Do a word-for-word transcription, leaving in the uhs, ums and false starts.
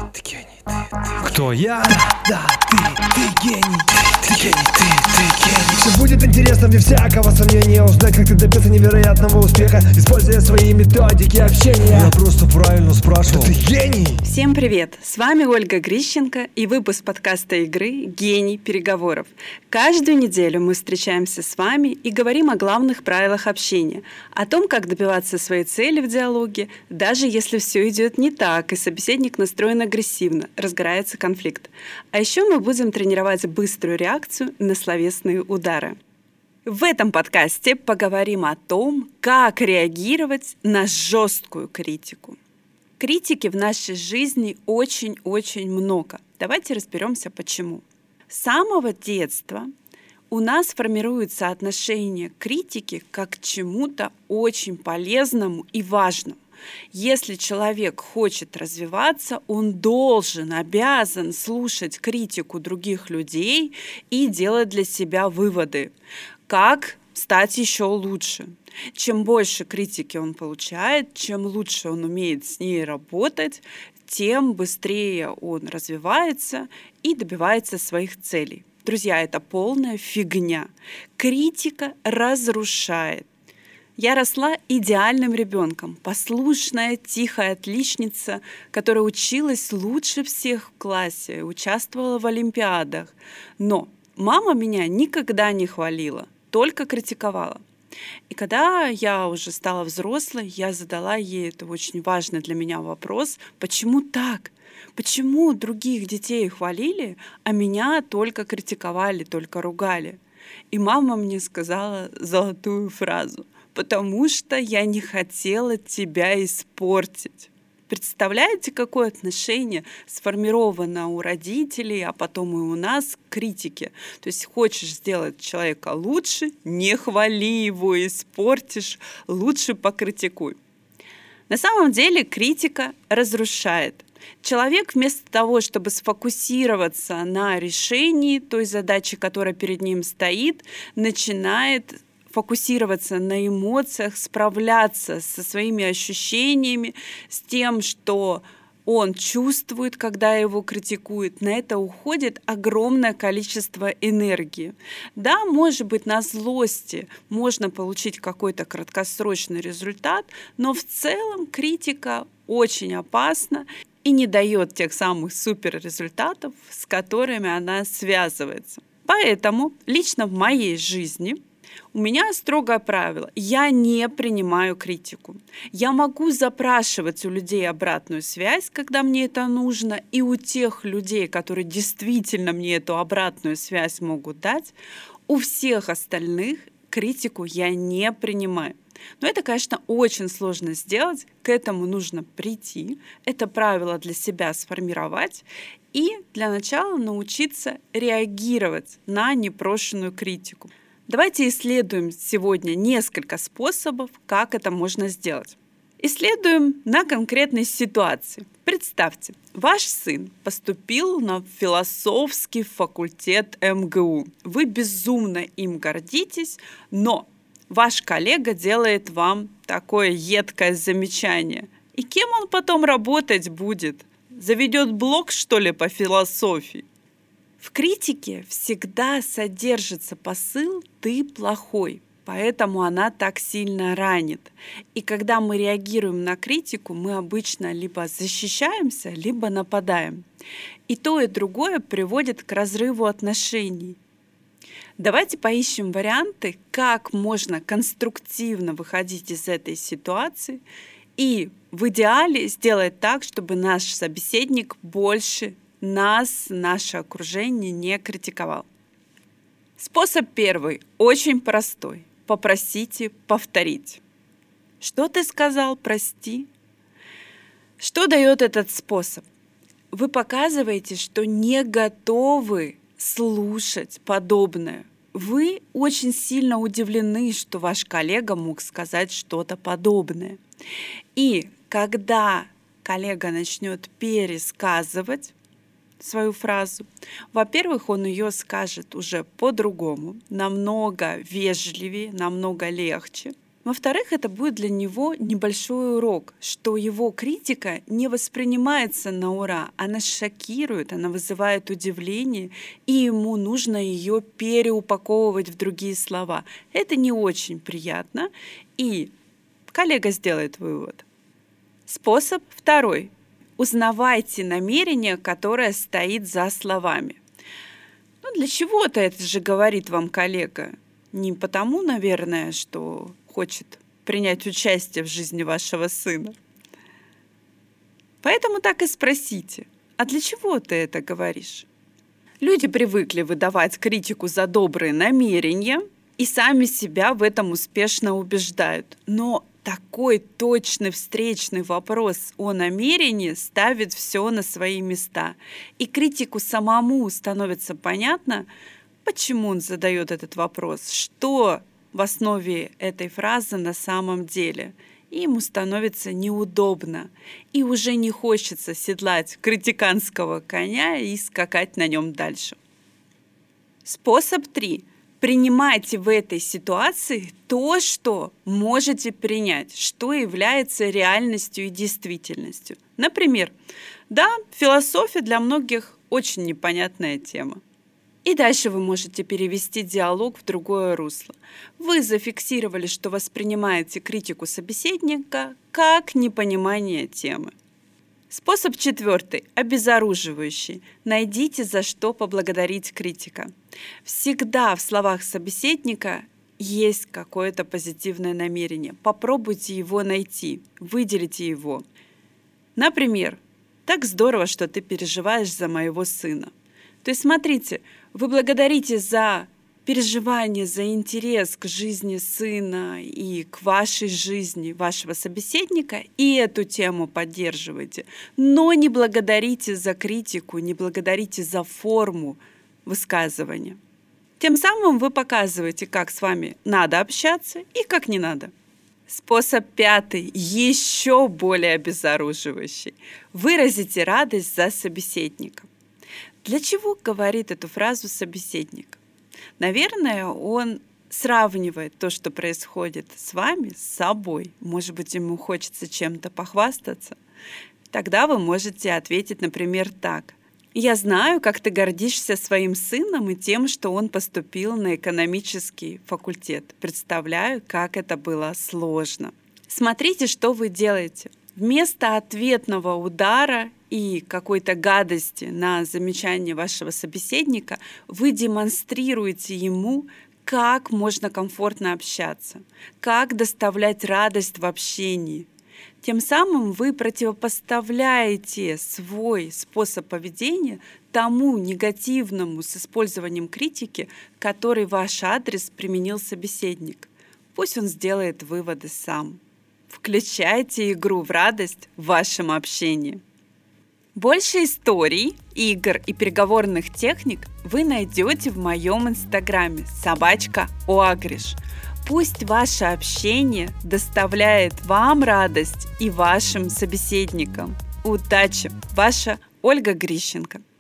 Ты гений, ты, ты. Кто я? Да, ты, ты гений, ты, ты гений, ты, ты гений. Все будет интересно, вне всякого сомнения узнать, как ты добился невероятного успеха, используя свои методики общения. Я просто правильно спрашивал. Да ты гений! Всем привет! С вами Ольга Грищенко и выпуск подкаста игры «Гений переговоров». Каждую неделю мы встречаемся с вами и говорим о главных правилах общения, о том, как добиваться своей цели в диалоге, даже если все идет не так и собеседник настроен агрессивно, разгорается конфликт. А еще мы будем тренировать быструю реакцию на словесные удары. В этом подкасте поговорим о том, как реагировать на жесткую критику. Критики в нашей жизни очень-очень много. Давайте разберемся, почему. С самого детства у нас формируется отношение к критике как к чему-то очень полезному и важному. Если человек хочет развиваться, он должен, обязан слушать критику других людей и делать для себя выводы, как стать еще лучше. Чем больше критики он получает, чем лучше он умеет с ней работать, тем быстрее он развивается и добивается своих целей. Друзья, это полная фигня. Критика разрушает. Я росла идеальным ребенком, послушная, тихая отличница, которая училась лучше всех в классе, участвовала в олимпиадах. Но мама меня никогда не хвалила, только критиковала. И когда я уже стала взрослой, я задала ей, это очень важный для меня вопрос, почему так? Почему других детей хвалили, а меня только критиковали, только ругали? И мама мне сказала золотую фразу: «Потому что я не хотела тебя испортить». Представляете, какое отношение сформировано у родителей, а потом и у нас к критике? То есть хочешь сделать человека лучше, не хвали его, испортишь, лучше покритикуй. На самом деле критика разрушает. Человек вместо того, чтобы сфокусироваться на решении той задачи, которая перед ним стоит, начинает фокусироваться на эмоциях, справляться со своими ощущениями, с тем, что он чувствует, когда его критикуют. На это уходит огромное количество энергии. Да, может быть, на злости можно получить какой-то краткосрочный результат, но в целом критика очень опасна и не дает тех самых суперрезультатов, с которыми она связывается. Поэтому лично в моей жизни у меня строгое правило. Я не принимаю критику. Я могу запрашивать у людей обратную связь, когда мне это нужно, и у тех людей, которые действительно мне эту обратную связь могут дать, у всех остальных критику я не принимаю. Но это, конечно, очень сложно сделать, к этому нужно прийти, это правило для себя сформировать и для начала научиться реагировать на непрошенную критику. Давайте исследуем сегодня несколько способов, как это можно сделать. Исследуем на конкретной ситуации. Представьте, ваш сын поступил на философский факультет эм гэ у. Вы безумно им гордитесь, но ваш коллега делает вам такое едкое замечание. И кем он потом работать будет? Заведет блог, что ли, по философии? В критике всегда содержится посыл «ты плохой», поэтому она так сильно ранит. И когда мы реагируем на критику, мы обычно либо защищаемся, либо нападаем. И то, и другое приводит к разрыву отношений. Давайте поищем варианты, как можно конструктивно выходить из этой ситуации и в идеале сделать так, чтобы наш собеседник больше нас, наше окружение не критиковал. Способ первый, очень простой. Попросите повторить. Что ты сказал, прости? Что дает этот способ? Вы показываете, что не готовы слушать подобное. Вы очень сильно удивлены, что ваш коллега мог сказать что-то подобное. И когда коллега начнет пересказывать свою фразу, во-первых, он ее скажет уже по-другому, намного вежливее, намного легче. Во-вторых, это будет для него небольшой урок, что его критика не воспринимается на ура, она шокирует, она вызывает удивление, и ему нужно ее переупаковывать в другие слова. Это не очень приятно, и коллега сделает вывод. Способ второй. Узнавайте намерение, которое стоит за словами. Ну, для чего-то это же говорит вам коллега. Не потому, наверное, что хочет принять участие в жизни вашего сына. Поэтому так и спросите, а для чего ты это говоришь? Люди привыкли выдавать критику за добрые намерения и сами себя в этом успешно убеждают. Но такой точный встречный вопрос о намерении ставит все на свои места. И критику самому становится понятно, почему он задает этот вопрос, что в основе этой фразы на самом деле. И ему становится неудобно. И уже не хочется седлать критиканского коня и скакать на нем дальше. Способ три. Принимайте в этой ситуации то, что можете принять, что является реальностью и действительностью. Например, да, философия для многих очень непонятная тема. И дальше вы можете перевести диалог в другое русло. Вы зафиксировали, что воспринимаете критику собеседника как непонимание темы. Способ четвертый, обезоруживающий. Найдите, за что поблагодарить критика. Всегда в словах собеседника есть какое-то позитивное намерение. Попробуйте его найти, выделите его. Например, «Так здорово, что ты переживаешь за моего сына». То есть, смотрите, вы благодарите за переживание, за интерес к жизни сына и к вашей жизни вашего собеседника, и эту тему поддерживаете. Но не благодарите за критику, не благодарите за форму высказывания. Тем самым вы показываете, как с вами надо общаться и как не надо. Способ пятый, еще более обезоруживающий. Выразите радость за собеседника. Для чего говорит эту фразу собеседник? Наверное, он сравнивает то, что происходит с вами, с собой. Может быть, ему хочется чем-то похвастаться. Тогда вы можете ответить, например, так. «Я знаю, как ты гордишься своим сыном и тем, что он поступил на экономический факультет. Представляю, как это было сложно». Смотрите, что вы делаете. Вместо ответного удара и какой-то гадости на замечание вашего собеседника вы демонстрируете ему, как можно комфортно общаться, как доставлять радость в общении. Тем самым вы противопоставляете свой способ поведения тому негативному с использованием критики, который в ваш адрес применил собеседник. Пусть он сделает выводы сам. Включайте игру в радость в вашем общении. Больше историй, игр и переговорных техник вы найдете в моем инстаграме собачка Оагриш. Пусть ваше общение доставляет вам радость и вашим собеседникам. Удачи! Ваша Ольга Грищенко.